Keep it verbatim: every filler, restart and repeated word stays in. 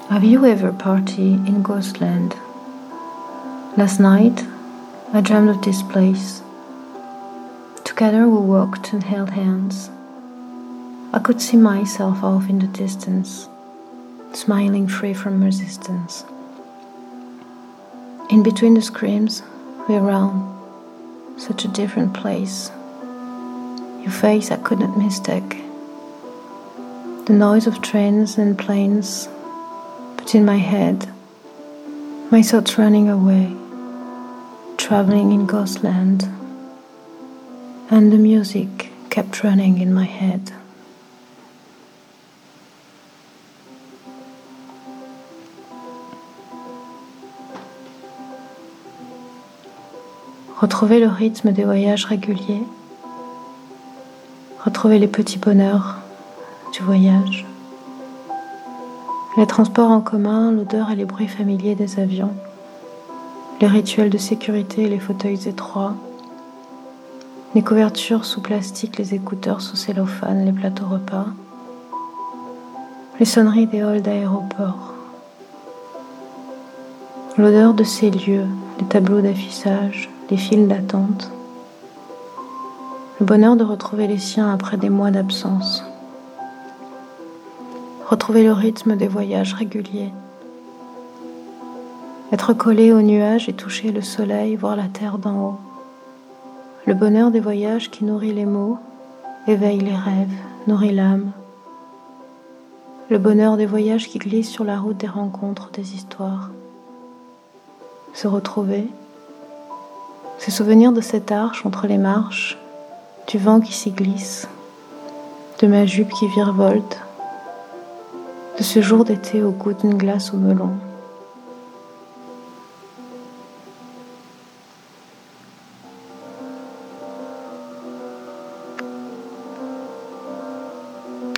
Have you ever partied in Ghostland? Last night, I dreamed of this place. Together we walked and held hands. I could see myself off in the distance, smiling free from resistance. In between the screams, we ran, such a different place. Your face I could not mistake. The noise of trains and planes, but in my head, my thoughts running away, traveling in Ghostland, and the music kept running in my head. Retrouver le rythme des voyages réguliers, retrouver les petits bonheurs du voyage, les transports en commun, l'odeur et les bruits familiers des avions, les rituels de sécurité et les fauteuils étroits, les couvertures sous plastique, les écouteurs sous cellophane, les plateaux repas, les sonneries des halls d'aéroport, l'odeur de ces lieux, les tableaux d'affichage, les files d'attente, le bonheur de retrouver les siens après des mois d'absence, retrouver le rythme des voyages réguliers, être collé aux nuages et toucher le soleil, voir la terre d'en haut, le bonheur des voyages qui nourrit les mots, éveille les rêves, nourrit l'âme, le bonheur des voyages qui glissent sur la route des rencontres, des histoires, se retrouver, se souvenir de cette arche entre les marches, du vent qui s'y glisse, de ma jupe qui virevolte, de ce jour d'été au goût d'une glace au melon.